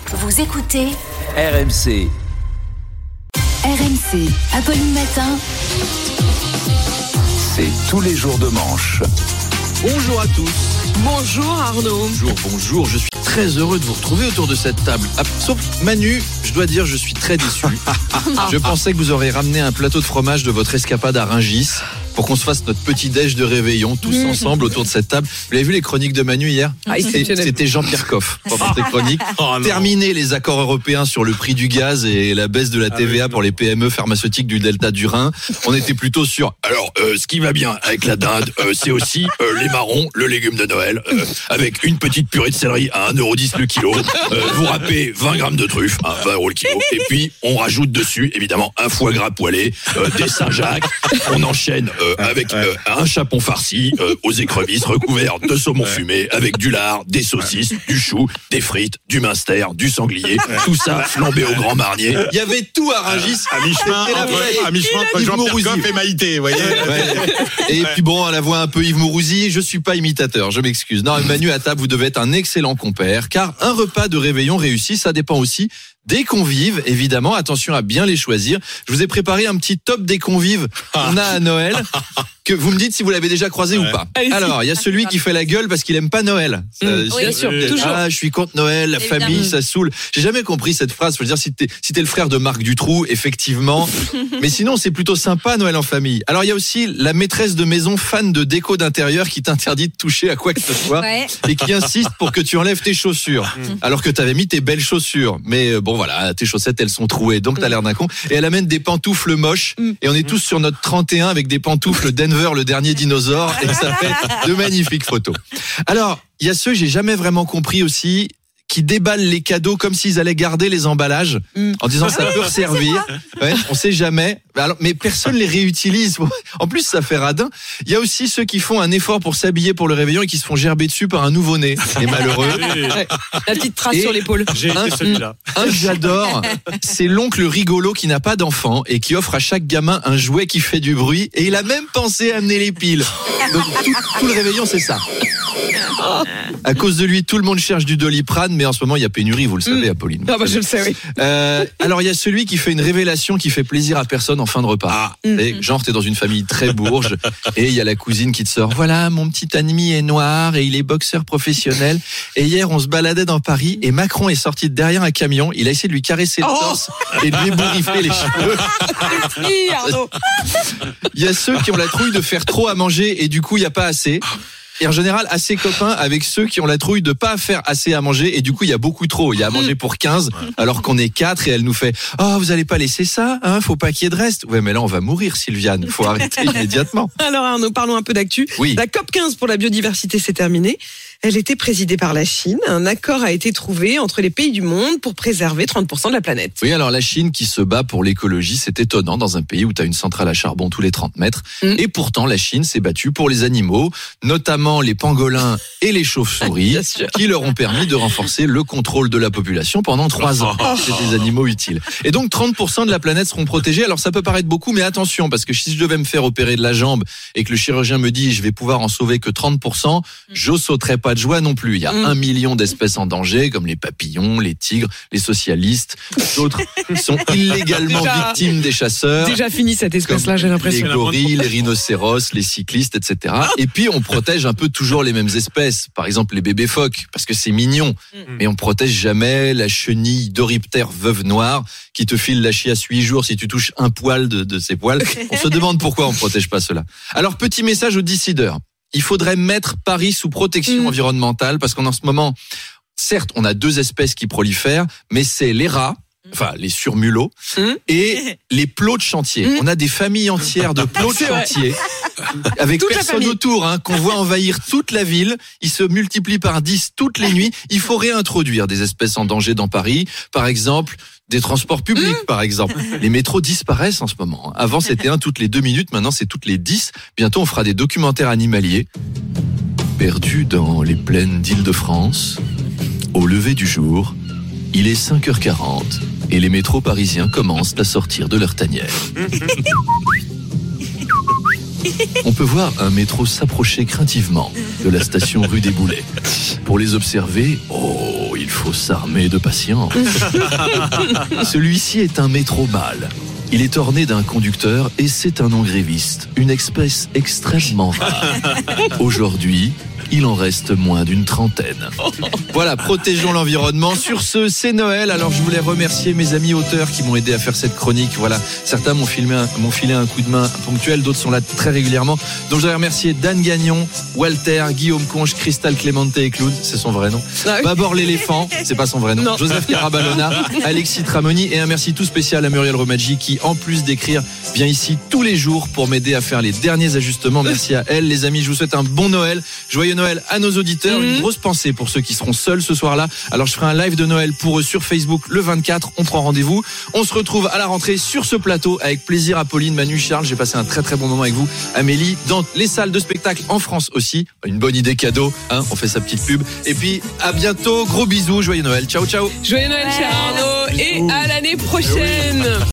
Vous écoutez RMC. RMC, Apolline Matin. C'est tous les jours de manche. Bonjour à tous. Bonjour Arnaud. Bonjour, je suis très heureux de vous retrouver autour de cette table. Sauf Manu, je dois dire, je suis très déçu. Je pensais que vous auriez ramené un plateau de fromage de votre escapade à Rungis pour qu'on se fasse notre petit déj de réveillon tous ensemble autour de cette table. Vous avez vu les chroniques de Manu hier ? C'était Jean-Pierre Coff pendant ces chroniques. Terminer les accords européens sur le prix du gaz et la baisse de la TVA pour les PME pharmaceutiques du delta du Rhin. On était plutôt sur... Alors, ce qui va bien avec la dinde, c'est aussi les marrons, le légume de Noël, avec une petite purée de céleri à 1,10€ le kilo. Vous râpez 20 grammes de truffes à 20 € le kilo. Et puis, on rajoute dessus, évidemment, un foie gras poêlé, des Saint-Jacques. On enchaîne avec un chapon farci aux écrevisses recouvert de saumon fumé, avec du lard, des saucisses, du chou, des frites, du minster, du sanglier. Tout ça flambé au Grand Marnier. Il y avait tout à Rungis. À mi-chemin entre Jean-Pierre Coff et Maïté, vous voyez. Et puis bon, à la voix un peu Yves Mourouzi, je suis pas imitateur, je m'excuse. Non, Manu, à table, vous devez être un excellent compère, car un repas de réveillon réussi, ça dépend aussi des convives, évidemment. Attention à bien les choisir. Je vous ai préparé un petit top des convives qu'on a à Noël, que vous me dites si vous l'avez déjà croisé ou pas. Alors, il y a celui qui fait la gueule parce qu'il aime pas Noël. Bien sûr, toujours. Ah, je suis contre Noël, la famille, ça saoule. J'ai jamais compris cette phrase. Faut dire, si t'es le frère de Marc Dutroux, effectivement. Mais sinon, c'est plutôt sympa, Noël en famille. Alors, il y a aussi la maîtresse de maison fan de déco d'intérieur qui t'interdit de toucher à quoi que ce soit et qui insiste pour que tu enlèves tes chaussures. Alors que t'avais mis tes belles chaussures. Mais bon, voilà, tes chaussettes, elles sont trouées, donc t'as l'air d'un con. Et elle amène des pantoufles moches. Et on est tous sur notre 31 avec des pantoufles Denver, le dernier dinosaure. Et ça fait de magnifiques photos. Alors, il y a ceux, j'ai jamais vraiment compris aussi, qui déballent les cadeaux comme s'ils allaient garder les emballages en disant ça peut servir. Ouais, on sait jamais. Alors, mais personne les réutilise. En plus, ça fait radin. Il y a aussi ceux qui font un effort pour s'habiller pour le réveillon et qui se font gerber dessus par un nouveau-né. Les malheureux. La petite trace sur l'épaule. J'ai été celui-là. Un que j'adore, c'est l'oncle rigolo qui n'a pas d'enfant et qui offre à chaque gamin un jouet qui fait du bruit. Et il a même pensé à amener les piles. Donc tout le réveillon, c'est ça. À cause de lui, tout le monde cherche du Doliprane, mais en ce moment, il y a pénurie, vous le savez, Apolline. Ah bah je le sais, oui. Alors, il y a celui qui fait une révélation qui fait plaisir à personne en fin de repas. Et, genre, t'es dans une famille très bourge, et il y a la cousine qui te sort. Voilà, mon petit ami est noir, et il est boxeur professionnel. Et hier, on se baladait dans Paris, et Macron est sorti de derrière un camion. Il a essayé de lui caresser le torse et de lui ébouriffer les cheveux. Il y a ceux qui ont la trouille de faire trop à manger, et du coup, il n'y a pas assez. Et en général, assez copains avec ceux qui ont la trouille de pas faire assez à manger. Et du coup, il y a beaucoup trop. Il y a à manger pour 15, alors qu'on est 4 et elle nous fait « Oh, vous allez pas laisser ça, hein, faut pas qu'il y ait de reste. » Ouais, mais là, on va mourir, Sylviane. Faut arrêter immédiatement. Alors Arnaud, parlons un peu d'actu. Oui. La COP15 pour la biodiversité, c'est terminé. Elle était présidée par la Chine. Un accord a été trouvé entre les pays du monde pour préserver 30% de la planète. Oui, alors la Chine qui se bat pour l'écologie, c'est étonnant dans un pays où tu as une centrale à charbon tous les 30 mètres. Et pourtant, la Chine s'est battue pour les animaux, notamment les pangolins et les chauves-souris, qui leur ont permis de renforcer le contrôle de la population pendant 3 ans. C'est des animaux utiles. Et donc, 30% de la planète seront protégés. Alors, ça peut paraître beaucoup, mais attention, parce que si je devais me faire opérer de la jambe et que le chirurgien me dit je vais pouvoir en sauver que 30%, je sauterais pas de joie non plus. Il y a 1 million d'espèces en danger, comme les papillons, les tigres, les socialistes. D'autres sont illégalement victimes des chasseurs. Déjà fini cette espèce-là, j'ai l'impression. Les gorilles, les rhinocéros, les cyclistes, etc. Et puis, on protège un peu toujours les mêmes espèces. Par exemple, les bébés phoques, parce que c'est mignon. Mais on protège jamais la chenille Doryptère veuve noire, qui te file la chiasse 8 jours si tu touches un poil de ses poils. On se demande pourquoi on protège pas cela. Alors, petit message aux décideurs. Il faudrait mettre Paris sous protection environnementale parce qu'en ce moment, certes, on a 2 espèces qui prolifèrent, mais c'est les rats, enfin les surmulots, et les plots de chantier. On a des familles entières de plots de chantier avec toute personne autour, qu'on voit envahir toute la ville. Ils se multiplient par 10 toutes les nuits. Il faut réintroduire des espèces en danger dans Paris. Par exemple, des transports publics, par exemple. Les métros disparaissent en ce moment. Avant, c'était 1 toutes les 2 minutes. Maintenant, c'est toutes les 10. Bientôt, on fera des documentaires animaliers. Perdu dans les plaines d'Île-de-France, au lever du jour, il est 5h40 et les métros parisiens commencent à sortir de leur tanière. On peut voir un métro s'approcher craintivement de la station rue des Boulets. Pour les observer, il faut s'armer de patience. Celui-ci est un métro mâle. Il est orné d'un conducteur et c'est un engréviste, une espèce extrêmement rare. Aujourd'hui, il en reste moins d'une trentaine. Voilà, protégeons l'environnement. Sur ce, c'est Noël. Alors je voulais remercier mes amis auteurs qui m'ont aidé à faire cette chronique. Voilà, certains m'ont filé un coup de main ponctuel, d'autres sont là très régulièrement. Donc je voudrais remercier Dan Gagnon, Walter, Guillaume Conche, Cristal Clémenté et Cloud, c'est son vrai nom. Babor l'éléphant, c'est pas son vrai nom. Non. Joseph Carabalona, Alexis Tramoni et un merci tout spécial à Muriel Romadji qui, en plus d'écrire, vient ici tous les jours pour m'aider à faire les derniers ajustements. Merci à elle, les amis. Je vous souhaite un bon Noël, joyeux Noël à nos auditeurs. Une grosse pensée pour ceux qui seront seuls ce soir-là. Alors je ferai un live de Noël pour eux sur Facebook le 24. On prend rendez-vous. On se retrouve à la rentrée sur ce plateau avec plaisir. Apolline, Manu, Charles, j'ai passé un très très bon moment avec vous. Amélie, dans les salles de spectacle en France aussi. Une bonne idée cadeau, hein, on fait sa petite pub. Et puis à bientôt, gros bisous, joyeux Noël. Ciao ciao. Joyeux Noël, cher Arnaud, et à l'année prochaine.